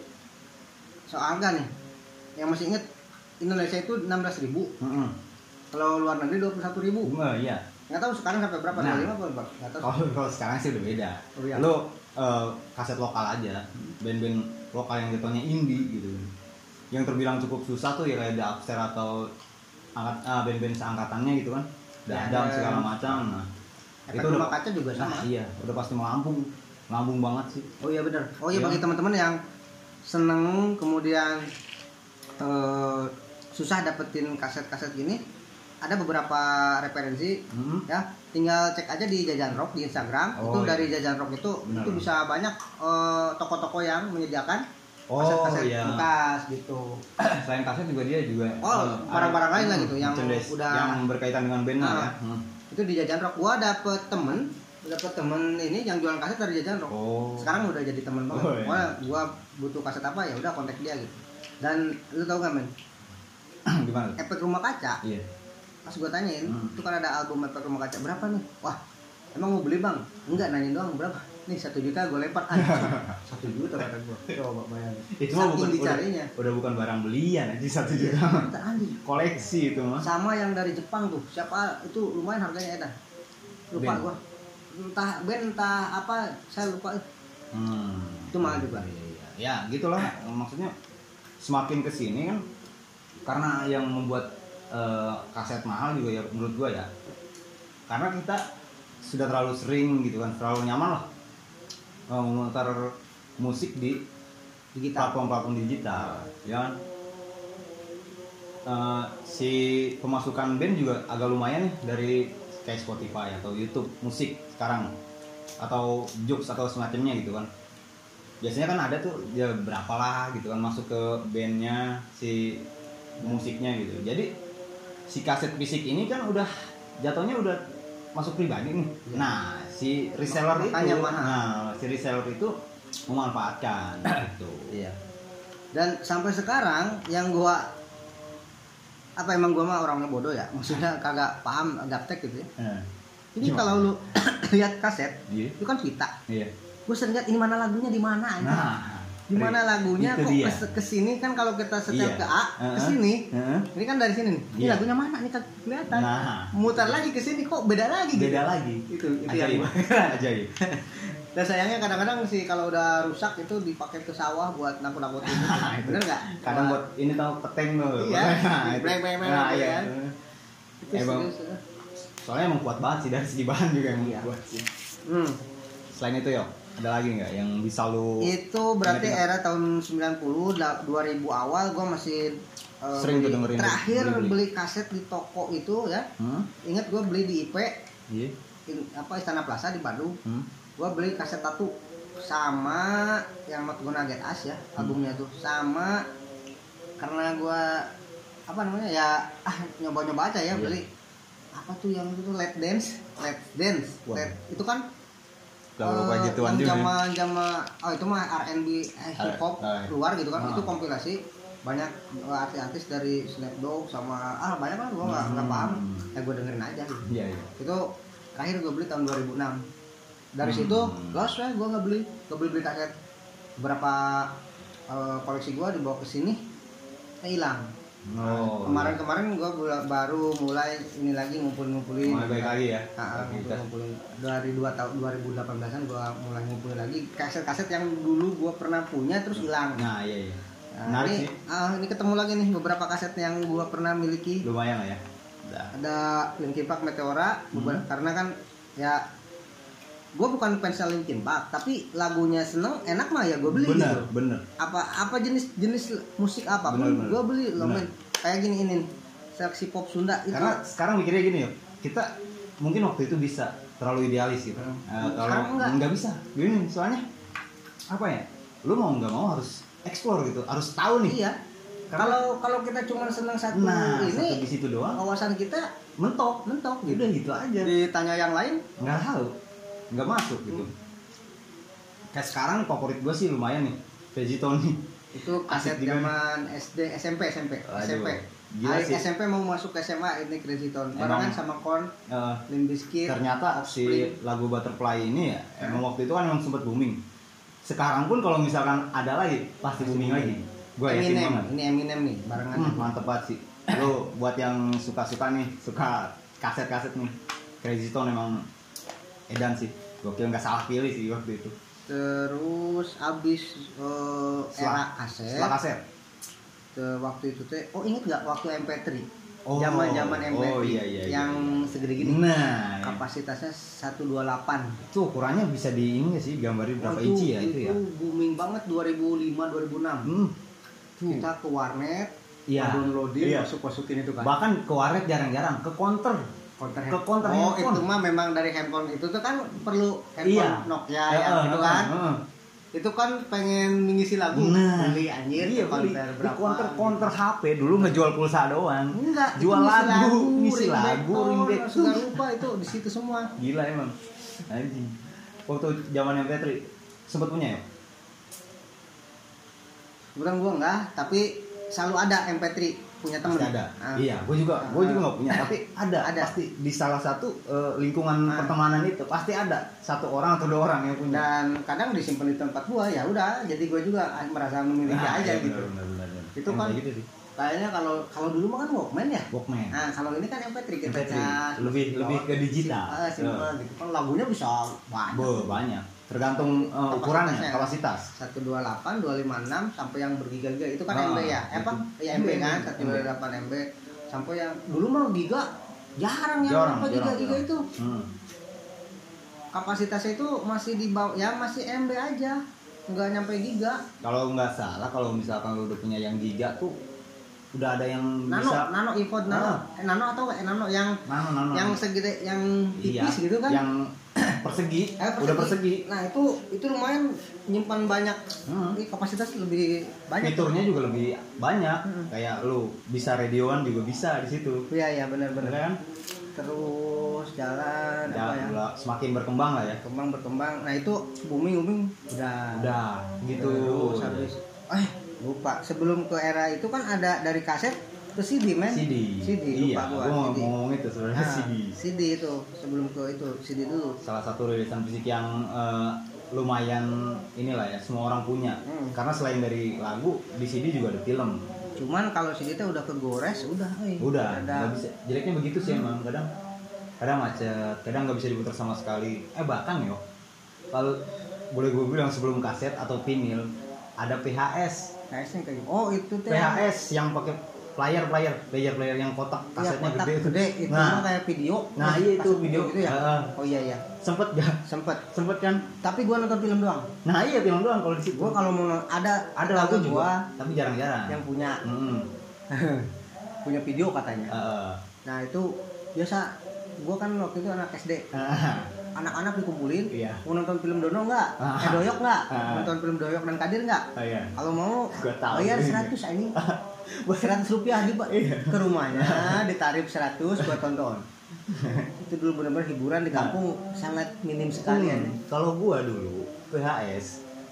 soal harga nih, yang masih inget Indonesia itu enam belas ribu. Heeh. Kalau luar negeri dua puluh satu ribu. Enggak, iya. Nggak tahu sekarang sampai berapa? Nah. dua puluh lima apa berapa? Nggak tahu. Kalau kalau sekarang sih udah beda. Oh, iya. Lu eh, kaset lokal aja, band-band lokal yang jatuhnya indie gitu. Yang terbilang cukup susah tuh ya kayak The Upstairs atau angkat ah, band-band seangkatannya gitu kan. Ya, Dadam ada- segala macam. Nah, Efek rumah kaca juga nah, sama. iya, udah pasti melambung. Melambung banget sih. Oh iya benar. Oh iya Iya. bagi teman-teman yang seneng kemudian eh, susah dapetin kaset-kaset gini, ada beberapa referensi Hmm. ya. Tinggal cek aja di Jajan Rock di Instagram. Oh, itu iya. dari Jajan Rock itu Benar. itu bisa banyak eh, toko-toko yang menyediakan Oh, kaset-kaset iya. bekas gitu. Selain kaset juga dia juga Oh, eh, barang-barang ada- lain lah gitu, yang merchandise udah- yang berkaitan dengan band lah Nah. ya. Hmm. Itu di Jajan Rock gua dapet temen dapet temen ini yang jualan kaset dari Jajan Rock. Oh. Sekarang udah jadi temen banget. Oh, iya. Pokoknya gua butuh kaset apa ya udah kontak dia gitu. Dan lu tau gak men, Gimana? efek rumah kaca. Iya. Pas gua tanyain, Hmm. itu kan ada album efek rumah kaca berapa nih? Wah, emang mau beli bang? Enggak, nanyain doang berapa? Nih satu juta gue lempar. Ah, satu juta kata gua. Coba bayangin. Itu mah Saking bukan dicarinya. Udah, udah bukan barang belian aja satu juta. Kita anjing. Koleksi itu mah. Sama yang dari Jepang tuh, siapa itu lumayan harganya edan. Lupa Band. gua. Entah band entah apa, saya lupa. Hmm. Itu mahal juga. Iya, iya. Ya, gitulah maksudnya semakin kesini kan karena yang membuat eh, kaset mahal juga ya menurut gua ya. Karena kita sudah terlalu sering gitu kan, terlalu nyaman lah uh, memutar musik di digital. platform-platform digital, ya kan? Uh, si pemasukan band juga agak lumayan nih dari kayak Spotify atau YouTube musik sekarang atau Joox atau semacamnya gitu kan. Biasanya kan ada tuh ya berapa lah gitu kan masuk ke bandnya si musiknya gitu. Jadi si kaset fisik ini kan udah jatuhnya udah masuk pribadi nih. Ya. Nah si reseller itu, nah si reseller itu memanfaatkan gitu. Iya. Dan sampai sekarang yang gua apa emang gua mah orangnya bodoh ya, maksudnya kagak paham gaptek gitu ya. Hmm. Ini gimana? Kalau lu lihat kaset, yeah. itu kan pita. Iya. Yeah. Gue sering lihat ini mana lagunya di mana aja. Nah, di mana lagunya kok ke kesini kan kalau kita setel yeah. ke A ke sini. Uh-huh. Ini kan dari sini nih. Ini yeah. lagunya mana nih kelihatan. Nah, mutar lagi ke sini kok beda lagi beda gitu. lagi. Itu itu ajaib. yang ajaib. Dan sayangnya kadang-kadang sih kalau udah rusak itu dipakai ke sawah buat nakut-nakut itu. Bener nggak? Kadang buat ini tahu peteng tuh. Iya. Breng-breng nah, iya. Itu emang, soalnya emang kuat banget sih dari segi bahan juga emang iya. kuat sih. Hmm. Selain itu yo, ada lagi nggak yang bisa lu? Itu berarti era tahun sembilan puluh, dua ribu awal gue masih uh, sering tuh dengerin. Terakhir beli, beli kaset di toko itu ya. Hmm? Ingat gue beli di I P. Iya. In, apa Istana Plaza di Bandung. Hmm? Gue beli kaset Tatu sama yang Not Gonna Get Us ya hmm. albumnya tuh sama karena gue apa namanya ya ah nyoba-nyoba aja ya yeah. beli apa tuh yang itu tuh Let's Dance Let's Dance wow. Let, itu kan uh, yang zaman zaman oh itu mah R and B eh, hip hop uh, uh, luar gitu kan uh. itu kompilasi banyak artis-artis dari Snapdog sama ah banyak kan gue nggak hmm. nggak paham ya gue dengerin aja gitu. yeah, yeah. Itu terakhir gue beli tahun dua ribu enam. Dari hmm. situ los ya gue nggak beli nggak beli beli kaset beberapa uh, koleksi gue dibawa ke sini hilang. Oh, kemarin-kemarin gue baru mulai ini lagi ngumpul-ngumpulin. Mulai baik lagi ya. Nah, ngumpulin dari dua tahun dua ribu delapan belasan gue mulai ngumpulin lagi kaset-kaset yang dulu gue pernah punya terus hilang. Nah iya iya. Nah, ini, uh, ini ketemu lagi nih beberapa kaset yang gue pernah miliki. Lumayan lah ya. Nah. Ada Linkin Park Meteora hmm. karena kan ya gue bukan fans Linkin Park tapi lagunya seneng enak mah ya gue beli bener, gitu bener. apa apa jenis jenis musik apa pun gue beli loh men kayak gini ini seleksi pop Sunda itu. Karena sekarang mikirnya gini yuk kita mungkin waktu itu bisa terlalu idealis gitu hmm. uh, kalau nggak bisa gini soalnya apa ya lu mau nggak mau harus explore gitu harus tahu nih. Iya kalau kalau kita cuma seneng satu nah, ini satu di situ doang wawasan kita mentok mentok gitu. Udah gitu aja ditanya yang lain nggak tahu nggak masuk gitu. Kayak sekarang favorit gue sih lumayan nih Vegetone nih. Itu kaset zaman S D S M P S M P Aduh, S M P S M P mau masuk ke S M A ini Vegetone barengan sama Korn uh, Limp Bizkit. Ternyata si lagu Butterfly ini ya hmm. emang waktu itu kan emang sempat booming. Sekarang pun kalau misalkan ada lagi pasti booming lagi. Gue yakin banget ini Eminem nih barengan hmm, mantep banget sih. Lo buat yang suka-suka nih suka kaset-kaset nih Vegetone emang edan sih, gokil nggak salah pilih sih waktu itu. Terus abis uh, era kaset. Setelah kaset. Ke waktu itu teh, oh inget nggak waktu M P tiga? Oh, zaman-zaman M P tiga oh, iya, iya, yang iya. segede gini. Nah, kapasitasnya seratus dua puluh delapan. Itu ukurannya bisa di ini sih gambarin berapa oh, itu, inci ya itu, itu ya. Itu booming banget dua ribu lima dua ribu enam. Hmm. Kita ke warnet, ya, downloadin, iya. masuk-masukin itu kan. Bahkan ke warnet jarang-jarang, ke counter. Counter ke counter oh handphone. Itu mah memang dari handphone itu tuh kan perlu handphone iya. Nokia uh, yang uh, gitu kan uh, uh. Itu kan pengen mengisi lagu nah, beli anjir iya, counter beli. berapa counter counter H P dulu ngejual pulsa doang enggak jual lagu ngisi lagu ringback sudah lupa itu di situ semua gila emang anjing. Waktu zaman M P tiga sempat punya ya bukan gua enggak tapi selalu ada M P tiga punya temen pasti ada ah. Iya gue juga gue juga nggak punya tapi ada ada pasti di salah satu uh, lingkungan ah. pertemanan itu pasti ada satu orang atau dua orang yang punya dan kadang disimpan di tempat gua ya udah jadi gua juga merasa memiliki nah, aja ya, gitu benar, benar, benar. Itu kan gitu sih. Kayaknya kalau kalau dulu mah kan Walkman ya Walkman nah kalau ini kan M P tiga kita lebih lebih ke digital simple uh. gitu kan lagunya bisa banyak Be, banyak tergantung uh, ukurannya kapasitas seratus dua puluh delapan, dua ratus lima puluh enam sampai yang bergiga-giga itu kan ah, M B ya eh, apa ya M B kan seratus dua puluh delapan M B sampai yang dulu mah giga jarang yang jarang, apa giga-giga itu hmm. kapasitasnya itu masih di bawah ya masih M B aja, nggak nyampe giga. Kalau nggak salah kalau misalkan lu udah punya yang giga tuh udah ada yang nano, bisa nano iPhone nano, ah. eh, nano atau eh, nano yang nano, nano. yang segede yang tipis iya, gitu kan? Yang persegi, eh, persegi, udah persegi. Nah itu itu lumayan nyimpan banyak, hmm. kapasitas lebih banyak. Fiturnya juga lebih banyak, hmm. kayak lu bisa radioan juga bisa di situ. Iya iya benar-benar. Kan? Terus jalan ya, apa ya? Semakin berkembang lah ya. Berkembang berkembang. Nah itu booming booming udah. Udah gitu. Terus habis. Eh lupa sebelum ke era itu kan ada dari kaset ke C D men. C D. C D lupa iya, gua. Gua C D. mau ngomong itu sebenarnya Nah, C D. C D itu sebelum ke itu C D dulu. Salah satu rilisan fisik yang uh, lumayan inilah ya semua orang punya. Hmm. Karena selain dari lagu di C D juga ada film. Cuman kalau C D itu udah kegores udah. Eh, udah. Ada. Gak bisa. Jeleknya begitu sih emang kadang. Kadang macet, kadang nggak bisa diputar sama sekali. Eh bahkan yo, kalau boleh gue bilang sebelum kaset atau vinil ada P H S. P H S-nya kayak oh itu teh. P H S yang pakai player player player player yang kotak kasetnya ya, kotak gede. gede itu nah, mah kayak video. Nah iya itu video gitu ya. Uh, oh iya iya. Sempet gak? Sempet. Sempet kan? Tapi gua nonton film doang. Nah iya film doang kalau di situ. Gua kalau mau ada ada lagu juga, gua, tapi jarang-jarang. yang punya hmm. punya video katanya. Uh. Nah itu biasa. Gua kan waktu itu anak S D. Uh. Anak-anak dikumpulin, iya. mau nonton film Dono nggak? Uh. Eh Doyok nggak? Uh. Nonton film Doyok dan Kadir nggak? Uh, iya. Kalau mau tahu bayar ini. seratus ini. seratus rupiah di iya. ke rumahnya ditarif seratus buat tonton. Itu dulu benar-benar hiburan di kampung nah. sangat minim sekali ya. Hmm. Kalau gua dulu P H S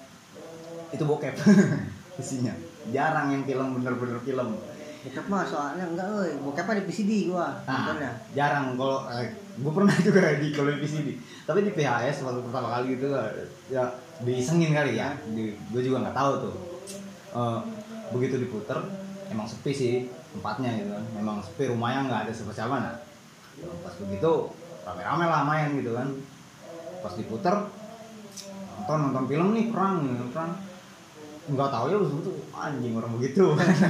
itu bokep isinya. Jarang yang film bener-bener film. Bokep mah soalnya enggak euy, bokepnya di P C D gua. Nah, jarang kalau eh, gua pernah juga di kalau di P C D. Tapi di P H S waktu pertama kali gitu ya diisengin kali ya. Di, gua juga nggak tahu tuh. Uh, begitu diputer emang sepi sih tempatnya gitu kan. Memang sepi, rumahnya nggak ada siapa-siapa nah. Pas begitu rame-rame lah main gitu kan. Pas diputer nonton nonton film nih perang nih perang. Nggak tahu ya betul anjing orang begitu.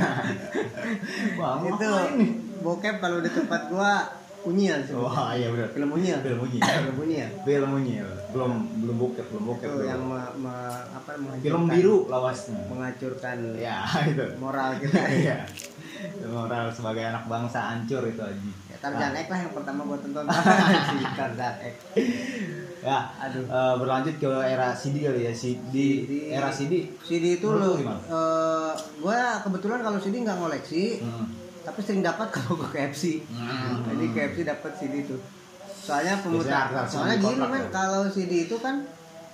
Wah, itu ini bokep kalau di tempat gua unyil sih. Wah, iya benar. Film unyil. Film unyil. Film unyil. Film unyil. Belum belum bokep, belum bokep. Itu yang ma, ma, apa film biru lawasnya. Menghancurkan ya, itu. Moral kita. Iya. Moral sebagai anak bangsa hancur itu aja. Ya, Tarzan X lah yang pertama gua tonton. Si Tarzan X. Ya, aduh. Uh, berlanjut ke era C D kali ya. C D, C D era C D. C D itu lo uh, gua kebetulan kalau C D nggak ngoleksi. Hmm. Tapi sering dapat kalau ke K F C. Hmm. Jadi K F C dapat C D itu. Soalnya pemutar. Soalnya gini men, kalau C D itu kan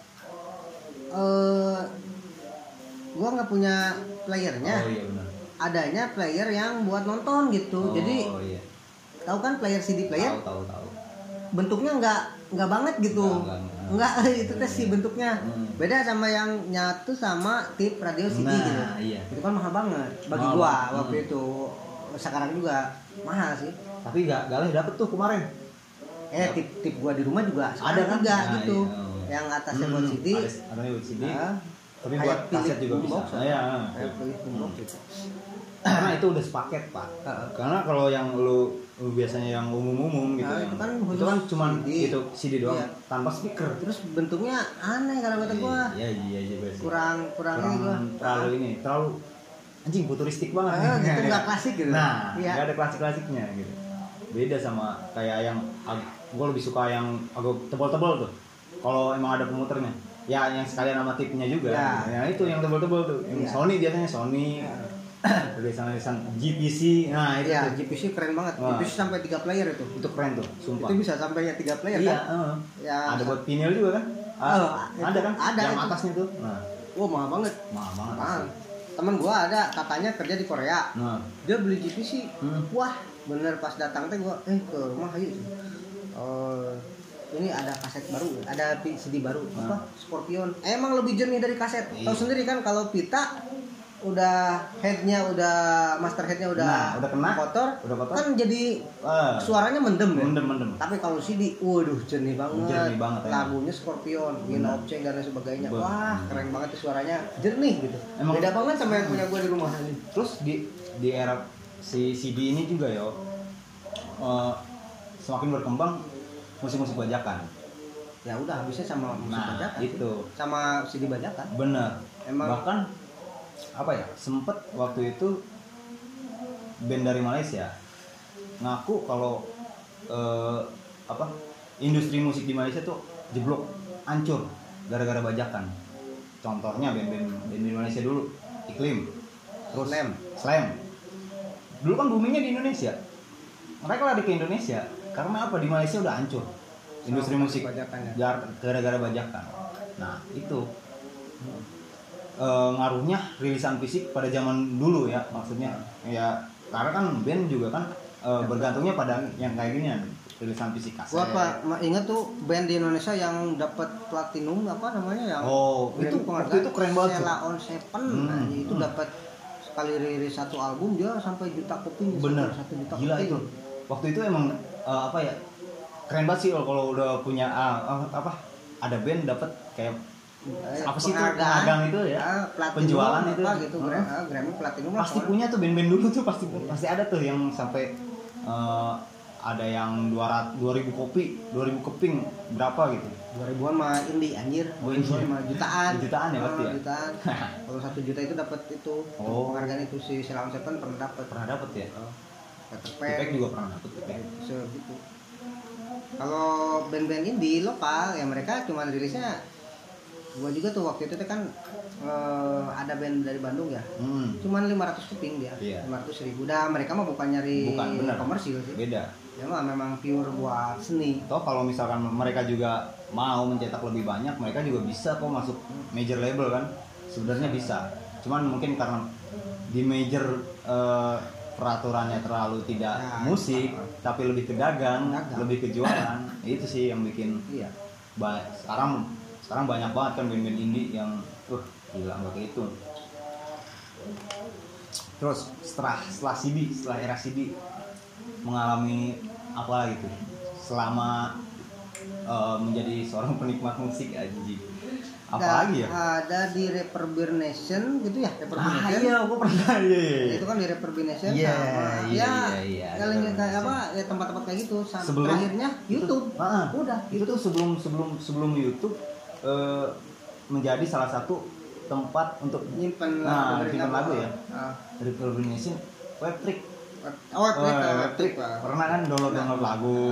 uh, gua nggak punya playernya. Oh iya benar. Adanya player yang buat nonton gitu. Oh, jadi iya. Tahu kan player C D player? Tahu tahu tahu. Bentuknya nggak nggak banget gitu. Enggak, itu tes sih bentuknya. Hmm. Beda sama yang nyatu sama tip radio C D nah, gitu. Iya. Itu kan mahal banget bagi mahal. gua Hmm. waktu itu. Sekarang juga mahal sih. Tapi gak galih dapet tuh kemarin. Eh tip tip gua di rumah juga ada kan tiga nah, gitu. Iya. Yang atasnya hmm. buat C D. Ada buat C D. Nah, tapi buat kaset juga bisa. Nah, ya. Kayak Philips boombox gitu. Karena itu udah sepaket pak. Uh, Karena kalau yang lu, lu biasanya yang umum-umum gitu, nah, yang, itu kan, itu kan cuma itu C D doang, iya. tanpa speaker. Terus bentuknya aneh kalau kata gua. Iya iya iya iya. Kurang kurang, kurang ini gua. Terlalu ini, terlalu anjing futuristik banget. Ah, gitu nggak klasik gitu. Nah, iya. nggak ada klasik-klasiknya gitu. Beda sama kayak yang gua lebih suka yang agak tebal-tebal tuh. Kalau emang ada pemuternya. Ya yang sekalian sama tipnya juga. Ya, ya itu yang tebal-tebal tuh. Yang ya. Sony biasanya Sony. Ya. Tulisan-tulisan G P C. Nah, itu ya, tuh. G P C keren banget. Wah. G P C sampai tiga player itu. Itu keren tuh, sumpah. Itu bisa sampai ya tiga player iya, kan? Uh. Ya, ada buat vinyl juga kan? Oh, ada kan? Ada yang itu. atasnya tuh. Nah, wah, mahal banget. mahal banget. Mahal. Temen gua ada katanya kerja di Korea. Nah, Dia beli G P C. Hmm. Wah, bener pas datang teh gua eh ke rumah ayo. Oh, ini ada kaset baru, ada C D baru, Nah. apa? Scorpion. Emang lebih jernih dari kaset. Iya. Tahu sendiri kan kalau pita udah headnya udah master headnya udah, nah, udah kena kotor, udah kotor kan jadi uh, suaranya mendem ya. mendem mendem. Tapi kalau C D, waduh jernih banget. Jernih banget. Lagunya Scorpion, Win Object dan lain sebagainya. Bener. Wah, keren banget tuh suaranya, jernih gitu. Emang, beda banget sama yang punya gua di rumah. Terus di di era si C D ini juga yo uh, semakin berkembang musik-musik bajakan. ya udah habisnya sama musik Nah, bajakan itu. sih. Sama C D bajakan. Bener. Emang Bahkan apa ya? Sempet waktu itu band dari Malaysia ngaku kalau eh, apa? Industri musik di Malaysia tuh jeblok, hancur gara-gara bajakan. Contohnya band-band band di Malaysia dulu, Iklim, terus Slam. Slam. Dulu kan boomingnya di Indonesia. Mereka lari ke Indonesia karena apa? Di Malaysia udah hancur industri Sama musik bajakan ya. gar- gara-gara bajakan. Nah itu e, ngaruhnya rilisan fisik pada zaman dulu ya, maksudnya ya karena kan band juga kan e, bergantungnya pada yang kayak ginian, rilisan fisik kaset. Gua apa ma- ingat tuh band di Indonesia yang dapat platinum apa namanya yang Oh, itu waktu itu keren banget tuh. Sheila on Seven. Hmm, Nah, itu hmm. dapat sekali rilis satu album dia sampai juta kuping. Bener, satu juta gila kuping. itu. Waktu itu emang uh, apa ya, keren banget sih kalau udah punya uh, uh, apa ada band dapat kayak Eh, apa sih itu penghargaan, penghargaan itu ya, ah, platinum, penjualan itu apa gitu, uh, Gra- ah, Grammy platinum lah pasti pokoknya. punya tuh band-band dulu tuh pasti pasti ada tuh yang sampai uh, ada yang dua ratus dua ribu kopi dua ribu keping berapa gitu. dua ribuan mah indie anjir. Oh, dua ribuan indie. mah jutaan. Jutaan ya berarti Ah, ya? Jutaan. Kalau satu juta itu dapat itu. Oh. Penghargaan itu si Sheila on Seven pernah dapat. Pernah dapet ya? Peter Tipek Pan juga pernah dapet Tipek. segitu. Kalau band-band indie lokal ya mereka cuma rilisnya. Gua juga tuh waktu itu tuh kan eh, ada band dari Bandung ya. Hmm. Cuman lima ratus keping dia. Iya. lima ratus ribu. Dah mereka mah bukan nyari Bukan, benar. komersil sih. Beda. Ya mah memang pure buat seni. Toh kalau misalkan mereka juga mau mencetak lebih banyak, mereka juga bisa kok masuk major label kan. Sebenarnya bisa. Cuman mungkin karena di major eh, peraturannya terlalu tidak Ya, musik, apa. tapi lebih ke dagang, Dagang. lebih ke jualan. Itu sih yang bikin Iya. ba- sekarang sekarang banyak banget kan band-band indie yang uh gila nggak kayak itu. Terus setelah setelah C D, setelah era C D mengalami apa lagi tuh selama uh, menjadi seorang penikmat musik aja apa Da- lagi ya? Ada di Rapper Bear Nation gitu ya, Rapper Bear Ah Nation. iya, aku pernah iya, iya, iya. Itu kan di Rapper Bear Nation Iya, sama iya, ya iya, iya, ya, Rapper Bear kayak apa Nation. ya tempat-tempat kayak gitu. Sampai Sebelum- terakhirnya YouTube. Itu, ah, Udah, itu tuh sebelum sebelum sebelum YouTube eh, menjadi salah satu tempat untuk nyimpen Nah, dengerin nyimpen lagu ya. Ah. Rapper Bear Nation, Webtrick. Oh, web trick, Oh, web Webtrick. trick, Pak. Pernah kan download download lagu.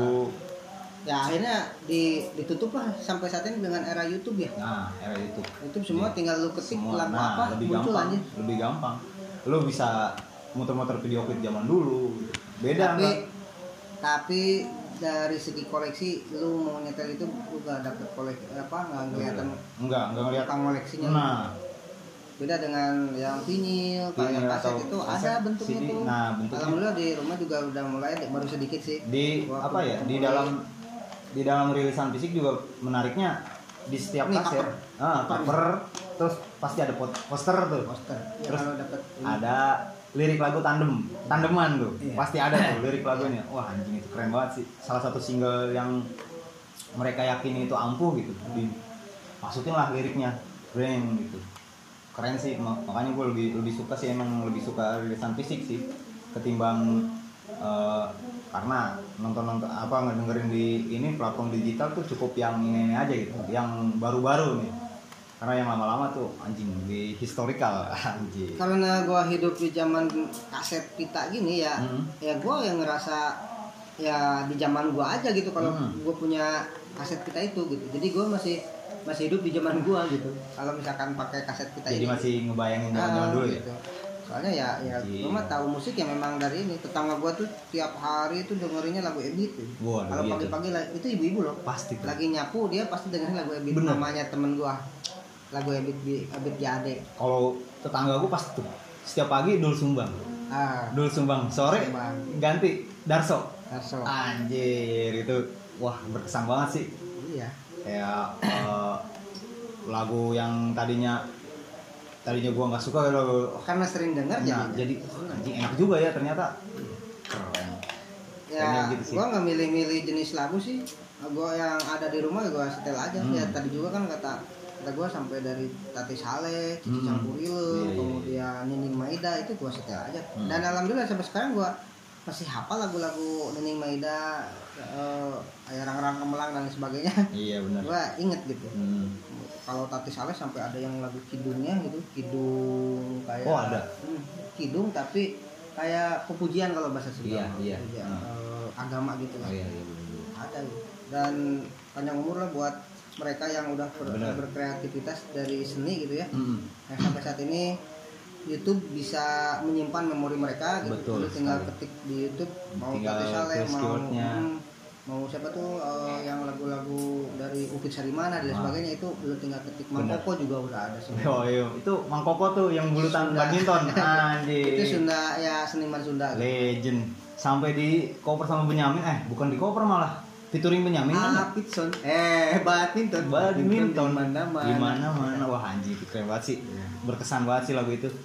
Ya akhirnya di, ditutup lah sampai saat ini dengan era YouTube ya. Nah, era YouTube. YouTube semua Iya. tinggal lu ketik Semua, lagu nah, apa lebih muncul gampang, aja. lebih gampang. Lu bisa muter-muter video klip zaman dulu. Beda Tapi nggak? tapi dari segi koleksi lu mau nyetel itu lu gak dapet koleksi apa nggak kelihatan Enggak, enggak ngeliat. tukang koleksinya. Nah, Beda dengan yang vinyl, Vinyl kayak kaset atau itu kaset, ada bentuknya C D. tuh. Nah, bentuknya. Alhamdulillah di rumah juga udah mulai baru sedikit sih. di Gua apa ya? punya Di mulai- dalam di dalam rilisan fisik juga menariknya di setiap Ini kaset. cover. Ah, cover terus pasti ada pot- poster tuh. Poster. Ya, Terus kalau dapet ini. ada lirik lagu tandem, tandeman tuh. Iya. Pasti ada tuh lirik lagunya. Wah, anjing itu keren banget sih. Salah satu single yang mereka yakini itu ampuh gitu. Dimasukin lah liriknya. Breng gitu. Keren sih, mak- makanya gue lebih lebih suka sih, emang lebih suka rilisan fisik sih ketimbang eh, karena nonton nonton apa ngedengerin di ini platform digital tuh cukup yang ini, ini aja gitu, yang baru-baru nih. Karena yang lama-lama tuh anjing di historical anjing. Karena gua hidup di zaman kaset pita gini ya, Hmm. ya gua yang ngerasa ya di zaman gua aja gitu kalau Hmm. gua punya kaset pita itu gitu. Jadi gua masih masih hidup di zaman gua gitu. Kalau misalkan pakai kaset pita Jadi ini. masih ngebayangin Ah, zaman-zaman dulu ya. gitu. Soalnya ya ya Iya. gua mah tahu musik ya memang dari ini. Tetangga gua tuh tiap hari tuh dengerinnya lagu Ebit tuh. Wah, Kalau iya tuh. pagi-pagi lah- itu ibu-ibu loh. Pasti tuh. Lagi nyapu dia pasti dengerin lagu Ebit. Bener. Namanya temen gua. Lagu Ebit di Ebit Jade. Kalau tetangga gue pasti tuh setiap pagi Dul Sumbang. Ah, Dul Sumbang sore Sumbang. ganti Darso. Darso. Anjir itu wah berkesan banget sih. Iya. Kayak eh, lagu yang tadinya tadinya gua nggak suka gitu. Karena sering dengar Nah, jadinya. jadi anjing enak juga ya ternyata. Keren. Ya, Kayaknya gitu sih. gua nggak milih-milih jenis lagu sih. Gua yang ada di rumah ya gua setel aja. Hmm. Ya tadi juga kan kata kata gua sampai dari Tati Saleh, Cici Hmm. Campurile, Iya, iya, kemudian Nining Maida itu gua setel aja. Hmm. Dan alhamdulillah sampai sekarang gua masih hafal lagu-lagu Nining Maida, uh, Ayah Rang-Rang Kemelang dan sebagainya. Iya benar. Gua inget gitu. Hmm. Kalau Tati Saleh sampai ada yang lagu kidungnya gitu, kidung kayak. Oh ada. Hmm, kidung tapi kayak pepujian kalau bahasa Sunda. Iya iya. Pepujian, Hmm. uh, agama gitu. Oh iya iya benar. Ada gitu. Dan panjang umur lah buat mereka yang udah ber- berkreativitas dari seni gitu ya. Mm-hmm. Yang sampai saat ini YouTube bisa menyimpan memori mereka gitu. Betul, Lu tinggal sekali. ketik di YouTube mau Tinggal Tati Saleh tulis mau keywordnya. hmm, mau siapa tuh uh, yang lagu-lagu dari Ukit Sarimana dan Ah. sebagainya itu lu tinggal ketik. Mang Benar. Koko juga udah ada semua. Oh iya, itu Mang Koko tuh yang bulu tangkis Sunda. badminton. Anjir. Itu Sunda ya, seniman Sunda. Gitu. Legend. Sampai di cover sama Benyamin, eh bukan di cover malah featuring Benyamin kan? Ah, Pitson. Eh, badminton. Badminton di mana-mana. Di mana-mana. Wah anjir, keren banget sih. Berkesan banget sih lagu itu.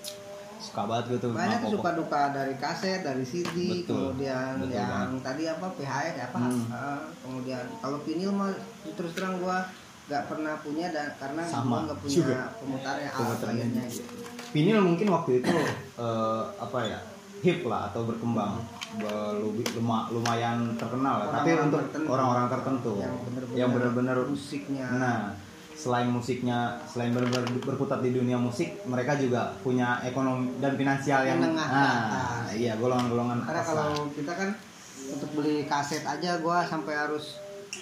Suka banget gue tuh. Banyak Mang Koko. suka duka dari kaset, dari C D, Betul. kemudian Betul yang banget. tadi apa P H S apa, Hmm. uh, kemudian kalau vinil mah terus terang gua nggak pernah punya dan karena Sama gua nggak punya juga. pemutarnya alat Pemutarnya. lainnya gitu. Vinyl mungkin waktu itu eh, apa ya, hip lah atau berkembang. Belum luma- lumayan terkenal lah. Tapi Orang-orang untuk tertentu. orang-orang tertentu Yang benar-benar yang benar-benar musiknya. Nah, selain musiknya, selain benar-benar berkutat di dunia musik, mereka juga punya ekonomi dan finansial yang Menengah ke nah, atas. iya golongan-golongan Karena atas kalau lah. kita kan untuk beli kaset aja gua sampai harus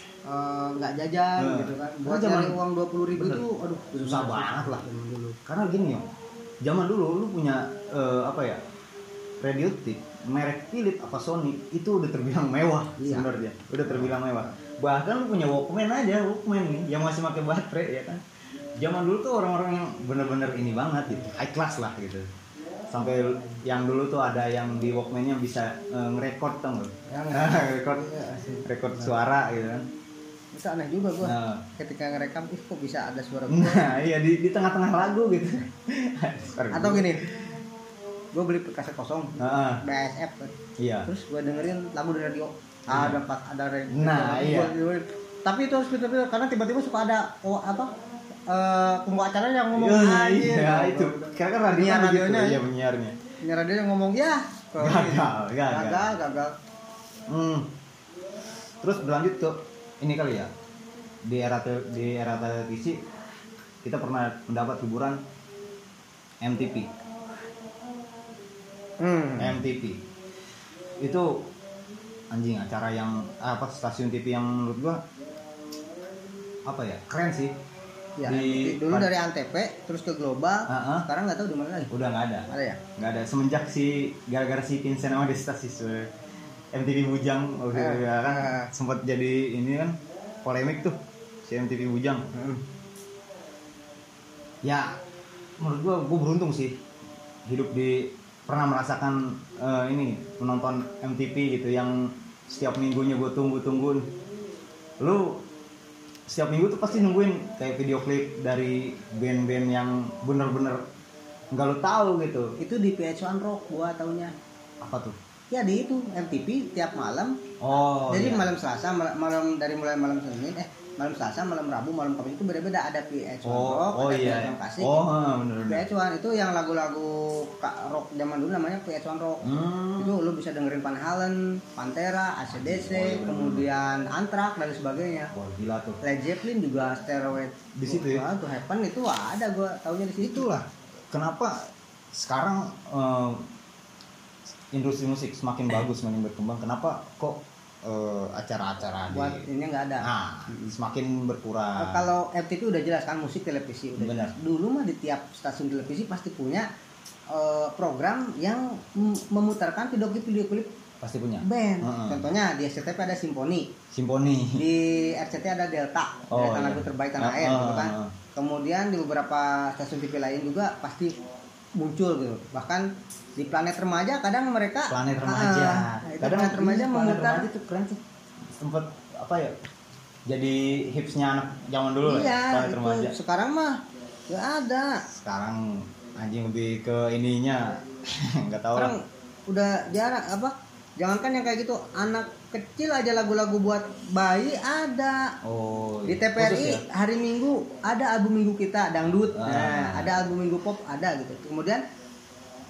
uh, nggak jajan Nah, gitu kan. karena Buat zaman- cari uang dua puluh ribu bener. tuh aduh Susah banget lah. zaman dulu. Karena gini yo, zaman dulu lu punya eh, apa ya, radio tip merek Philips apa Sony itu udah terbilang mewah. Iya. Sebenarnya udah terbilang mewah. Bahkan lu punya Walkman aja, Walkman nih yang masih pakai baterai ya kan. Zaman dulu tuh orang-orang yang bener-bener ini banget gitu, high class lah gitu. Sampai yang dulu tuh ada yang di Walkman-nya bisa eh, ngerekord tau nggak? Yang Rekord, iya, asik. rekord suara gitu kan. Itu aneh juga gua. Nah. Ketika ngerekam, ih kok bisa ada suara gua. Nah, iya di, di tengah-tengah lagu gitu. Atau gini, gue beli kaset kosong, Heeh. B S F kan. Iya. Terus gue dengerin lagu di radio. Iya. Ada pas ada radio. Nah, iya. Tapi itu harus pintar-pintar karena tiba-tiba suka ada oh, apa eh pembawa acara yang ngomong Iya, anjir. iya itu. Karena kan radio Penyiar kan gitu, radionya. iya penyiarnya. Penyiar radio yang ngomong ya. Gagal, gagal. gagal, gagal. Hmm. Terus berlanjut ke ini kali ya. Di era te- di era televisi kita pernah mendapat hiburan M T P. Hmm. M T P. Itu anjing acara yang apa stasiun T V yang menurut gua apa ya? Keren sih. Ya, Di- dulu dari Antv terus ke Global. Uh-uh. Sekarang nggak tahu di mana lagi. Udah nggak ada. Ada ya? Nggak ada semenjak si gara-gara si Vincent sama Desta sih sebenarnya. M T V Bujang waktu itu Eh, ya kan eh. sempat jadi ini kan polemik tuh si M T V Bujang. Hmm. Ya menurut gua gua beruntung sih hidup di pernah merasakan eh, ini menonton M T V gitu yang setiap minggunya gua tunggu-tungguin. Lu setiap minggu tuh pasti nungguin kayak video klip dari band-band yang bener-bener nggak lu tahu gitu. Itu di P H satu Rock gua taunya. Apa tuh? Ya di itu M T V tiap malam. Oh, Jadi iya. malam Selasa, mal- malam dari mulai malam Senin, eh malam Selasa, malam Rabu, malam Kamis itu beda-beda ada P H satu Oh, Rock, oh ada iya. P H satu Klasik. Oh, bener P bener. H satu itu yang lagu-lagu Kak rock zaman dulu namanya P H satu Rock. Hmm. Itu lu bisa dengerin Van Halen, Pantera, A C D C, Oh, iya, bener. kemudian Anthrax dan sebagainya. Wah, gila tuh. Led Zeppelin juga Stairway Di situ ya? to Heaven itu ada gua taunya di situ. Itulah kenapa sekarang eh, industri musik semakin bagus, semakin berkembang. Kenapa kok eh, acara-acara Buat di ini nggak ada. nah, semakin berkurang. Nah, kalau M T V udah jelas kan musik televisi udah Benar. jelas. Dulu mah di tiap stasiun televisi pasti punya eh, program yang mem- memutarkan video klip video klip Pasti punya. band. Heeh. Contohnya di S C T V ada Simfoni, Simfoni. di R C T ada Delta, Oh, Deretan iya. Lagu Terbaik Tanah Ah, Air ah, gitu kan. ah. Kemudian di beberapa stasiun T V lain juga pasti muncul gitu. Bahkan di Planet Remaja kadang mereka Planet Remaja. Ah, itu Planet Remaja iya, memutar Planet Remaja itu keren sih. Sempet apa ya? Jadi hipsnya anak zaman dulu lah. iya, Planet itu Remaja. sekarang mah nggak ada. Sekarang anjing lebih ke ininya. Enggak tahu Sekarang lah. udah jarang apa? Jangankan yang kayak gitu, anak kecil aja lagu-lagu buat bayi ada. Oh, Di T P R I khusus ya? hari Minggu ada album Minggu kita dangdut. Ah. Nah, ada album Minggu pop ada gitu. Kemudian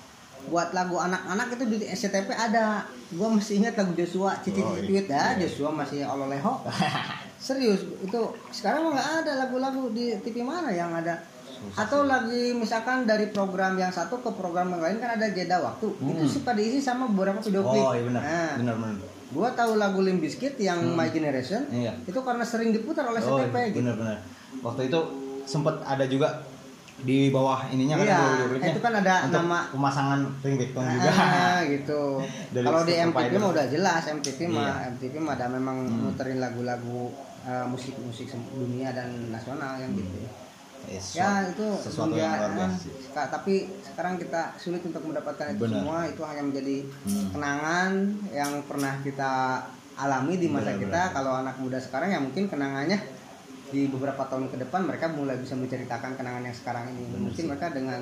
buat lagu anak-anak itu di S C T P ada. Gua masih ingat lagu Joshua Cicit Oh, Tweet ya, iya. Joshua masih ololeho. Serius itu sekarang mah nggak ada lagu-lagu di T V mana yang ada. Susah Atau sih. lagi misalkan dari program yang satu ke program yang lain kan ada jeda waktu. Hmm. Itu suka diisi sama beberapa video klip. Oh iya benar. Nah, Benar benar. gua tahu lagu Limp Bizkit yang Hmm. My Generation. Iya. Itu karena sering diputar oleh Oh, S C T P gitu. benar benar. Waktu itu sempat ada juga di bawah ininya kan Iya, ada video klipnya. itu kan ada untuk nama pemasangan ringtone juga. Ah, gitu. Dari Kalau di System M T V Fighter. mah udah jelas, M T V mah Iya. M T V mah ada memang Hmm. muterin lagu-lagu uh, musik-musik sem- dunia dan nasional yang gitu. Eh, Ya itu sesuatu dunia, yang luar biasa ah, sih. Ka- tapi sekarang kita sulit untuk mendapatkan itu Benar. semua. Itu hanya menjadi Hmm. kenangan yang pernah kita alami di masa Benar, kita. benar. Kalau anak muda sekarang ya mungkin kenangannya di beberapa tahun ke depan mereka mulai bisa menceritakan kenangan yang sekarang ini. Benar Mungkin sih. mereka dengan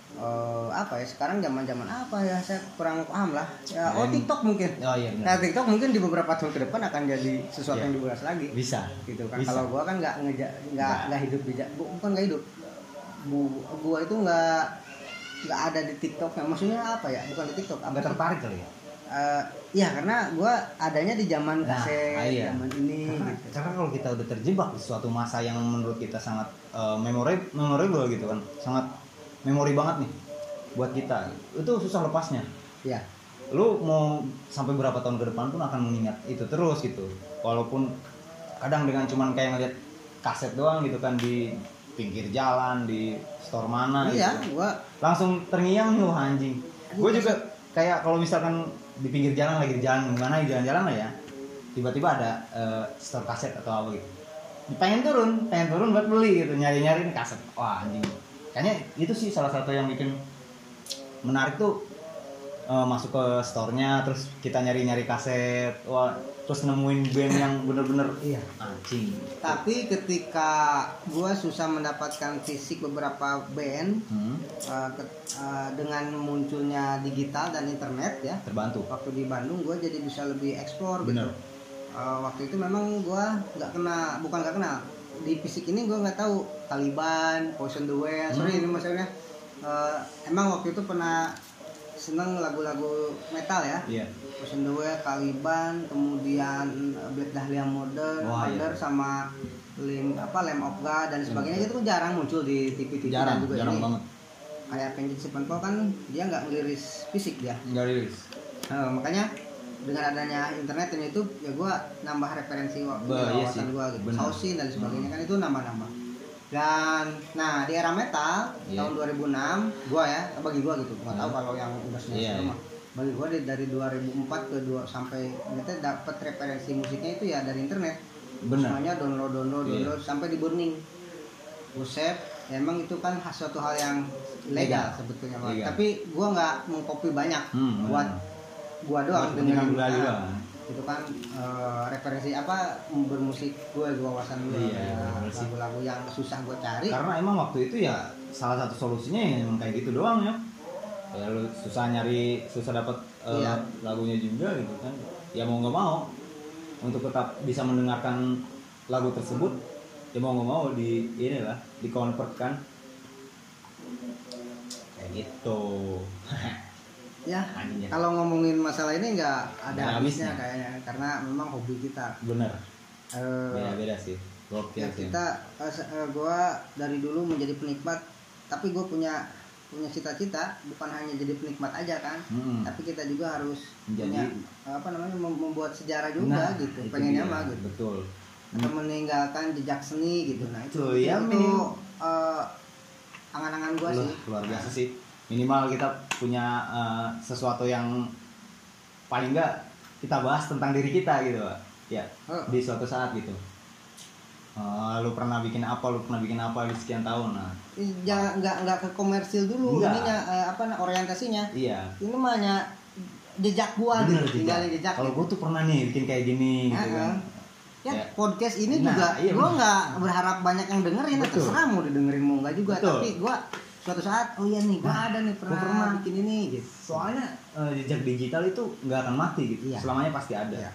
eh, apa ya sekarang zaman-zaman apa ya saya kurang paham lah. Ya, oh Dan- TikTok mungkin. Oh iya Nah benar. TikTok mungkin di beberapa tahun ke depan akan jadi sesuatu Iya. yang dibahas lagi. Bisa. Gitu kan. Bisa. Kalau gua kan nggak ngeja nggak Nggak. nggak hidup di ja- bu- bukan nggak hidup. Bu, gua itu nggak nggak ada di TikTok. Nah, maksudnya apa ya? Bukan di TikTok. Apa Nggak sih? tertarik kali ya? Eh, ya karena gua adanya di zaman Nah, kaset, iya. zaman ini Karena, gitu. karena kalau kita udah terjebak di suatu masa yang menurut kita sangat uh, memorable, memorable gitu kan, sangat memori banget nih buat kita, itu susah lepasnya. Ya. Lu mau sampai berapa tahun ke depan pun akan mengingat itu terus gitu, walaupun kadang dengan cuman kayak ngeliat kaset doang gitu kan di pinggir jalan, di store mana Iya, gitu, gua langsung terngiang nih, wah anjing. Gue juga kayak kalau misalkan di pinggir jalan lagi di jalan gimana di jalan-jalan lah ya, tiba-tiba ada uh, store kaset atau apa gitu, pengen turun pengen turun buat beli gitu, nyari-nyari nih kaset, wah anjing. Kayaknya itu sih salah satu yang bikin menarik tuh, uh, masuk ke store-nya terus kita nyari-nyari kaset, wah terus nemuin band yang bener-bener iya anjing. tapi ketika gua susah mendapatkan fisik beberapa band Hmm, eh, ke- eh, dengan munculnya digital dan internet ya. terbantu. Waktu di Bandung gue jadi bisa lebih eksplor gitu. Bener. Eh, waktu itu memang gue nggak kenal, bukan nggak kenal, di fisik ini gue nggak tahu Taliban, Poison the Well. Sorry Hmm. ini maksudnya eh, emang waktu itu pernah seneng lagu-lagu metal ya. Iya. Poison the Well, Taliban, kemudian eh, Black Dahlia Modern, Wah, iya. Modern sama Lim apa Lamb of God dan sebagainya. Itu kan jarang muncul di T V T V Jarang, juga jarang ini. banget. Kayak Avenged Sevenfold kan dia nggak ngeliris fisik dia. Nggak rilis. Nah, makanya dengan adanya internet dan YouTube ya gue nambah referensi waktu Bah, iya wawasan sih. gue gitu, Bener. Sausin dan sebagainya kan itu nambah-nambah. Dan nah di era metal Iya. tahun dua ribu enam gue ya bagi gue gitu nggak tahu Hmm. kalau yang udah sudah Iya, mah bagi gue dari dua ribu empat ke dua sampai kita dapat referensi musiknya itu ya dari internet. Bener. Semuanya download download Iya. download sampai di burning. Buset, emang itu kan suatu hal yang legal Legal. sebetulnya Bang. Legal. Tapi gue nggak mengcopy banyak Hmm, buat bener. gua doang Buat kepentingan dengerin. gua Nah, doang. itu kan eh, referensi apa bermusik gue gua wawasan gue Iya, bener sih. lagu-lagu yang susah gue cari. Karena emang waktu itu ya salah satu solusinya ya emang kayak gitu doang ya. Ya lu susah nyari, susah dapat eh, Iya. lagunya juga gitu kan. Ya mau nggak mau untuk tetap bisa mendengarkan lagu tersebut, ya mau nggak mau di inilah di convert kan. Kayak gitu. Ya Anjing ya. kalau ngomongin masalah ini nggak ada Nggak habisnya habisnya. kayaknya karena memang hobi kita. Bener. Eh, Beda-beda sih. Gokil ya sih. kita eh, se- eh, gua dari dulu menjadi penikmat, tapi gue punya punya cita-cita bukan hanya jadi penikmat aja kan. Mm-mm. Tapi kita juga harus Menjadi- punya apa namanya mem- membuat sejarah juga Nah, gitu. itu Pengennya dia. mah gitu. Betul. Atau meninggalkan jejak seni gitu. Nah itu Betul, ya, itu minim- eh, angan-angan gua Loh, sih. luar biasa sih. Minimal kita punya eh, sesuatu yang paling enggak kita bahas tentang diri kita gitu, Pak. Ya, Oh. di suatu saat gitu. Eh, lu pernah bikin apa, lu pernah bikin apa di sekian tahun. Nah, Jangan nggak nggak ke komersil dulu Enggak. ininya eh, apa nah, orientasinya. iya. Ini mah hanya jejak gua Bener, gitu, tinggalin jejak. Kalau gua tuh pernah nih bikin kayak gini gitu Ah, kan. ah. Ya, Ya. podcast ini Nah, juga iya, gua bener. nggak berharap banyak yang dengerin, Betul. terserah mau didengerin mau nggak juga. Betul. Tapi gua suatu saat oh iya nih gua Nah, ada nih pernah, gua pernah. bikin ini gitu. Soalnya eh, jejak digital itu nggak akan mati gitu. Iya. Selamanya pasti ada. Iya.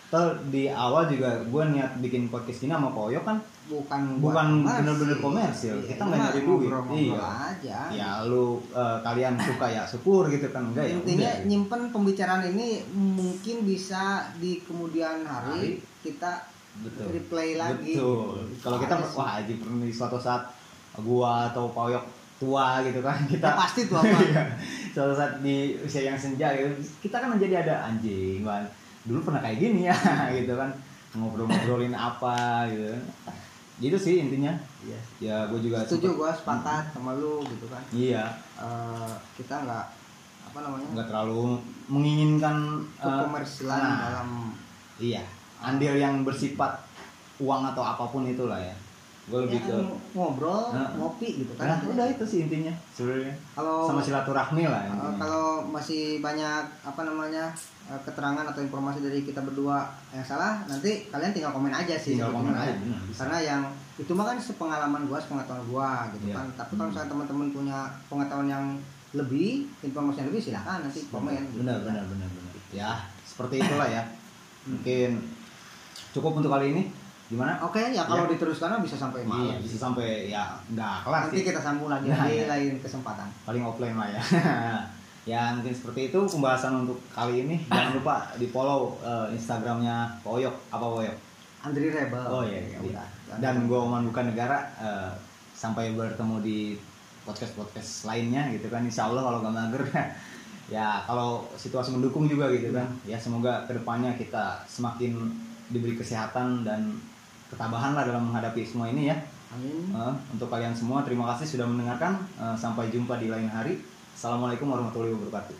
Toh di awal juga gue niat bikin podcast ini sama Koyo kan bukan bukan buat bener-bener komersil. komersil. Iya, Kita nggak nyari duit. ngobrol-ngobrol Iya. aja. Ya lu uh, kalian suka ya syukur gitu kan, enggak ya. Intinya udah. nyimpen pembicaraan ini mungkin bisa di kemudian hari, Hari. kita Betul. replay lagi. Betul. Kalau kita Ada sih. wah aja pernah di suatu saat gua atau Koyok tua gitu kan kita Ya, pasti tuh apa? suatu saat di usia yang senja gitu kita kan menjadi ada anjing kan dulu pernah kayak gini ya gitu kan ngobrol-ngobrolin apa gitu gitu sih intinya Iya. ya gue juga Setuju, sempet- gue sepakat sama lu gitu kan. iya Eh, kita nggak apa namanya nggak terlalu menginginkan eh, kekomersilan nah, dalam iya andil yang bersifat uang atau apapun itulah ya gue lebih ya, ke ngobrol, Nah. ngopi gitu nah, kan. udah itu sih intinya sebenarnya Kalau sama silaturahmi lah eh, intinya. kalau masih banyak apa namanya eh, keterangan atau informasi dari kita berdua yang salah, nanti kalian tinggal komen aja sih. Tinggal sebetulnya. komen aja, benar, bisa. Karena yang itu mah kan sepengalaman gua, sepengetahuan gua gitu Iya. kan. Tapi kalau misalnya teman-teman punya pengetahuan yang lebih, informasi yang lebih, silakan nanti komen. gitu. benar benar benar benar ya seperti itulah ya mungkin cukup untuk kali ini gimana Oke, ya kalau Ya. diteruskan mah bisa sampai malam. iya bisa sampai ya nggak kelar Nanti sih kita sambung lagi Nah, di iya. lain kesempatan. paling offline lah ya ya mungkin seperti itu pembahasan untuk kali ini jangan lupa di follow eh, Instagramnya Koyok apa Koyok Andri Rebel. oh iya, iya. Ya udah. dan gue Oman Bukan Negara eh, sampai bertemu di podcast podcast lainnya gitu kan insya Allah kalau gak mager ya kalau situasi mendukung juga gitu kan ya semoga kedepannya kita semakin diberi kesehatan dan ketabahan lah dalam menghadapi semua ini ya. Amin. Eh, untuk kalian semua terima kasih sudah mendengarkan. Eh, sampai jumpa di lain hari. Assalamualaikum warahmatullahi wabarakatuh.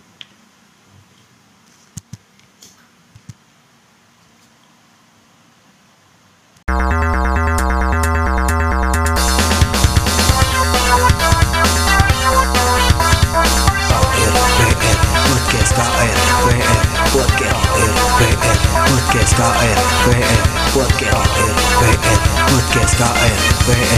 Podcast K R W R Podcast R W R Podcast K R W R Podcast R W R Podcast K R W R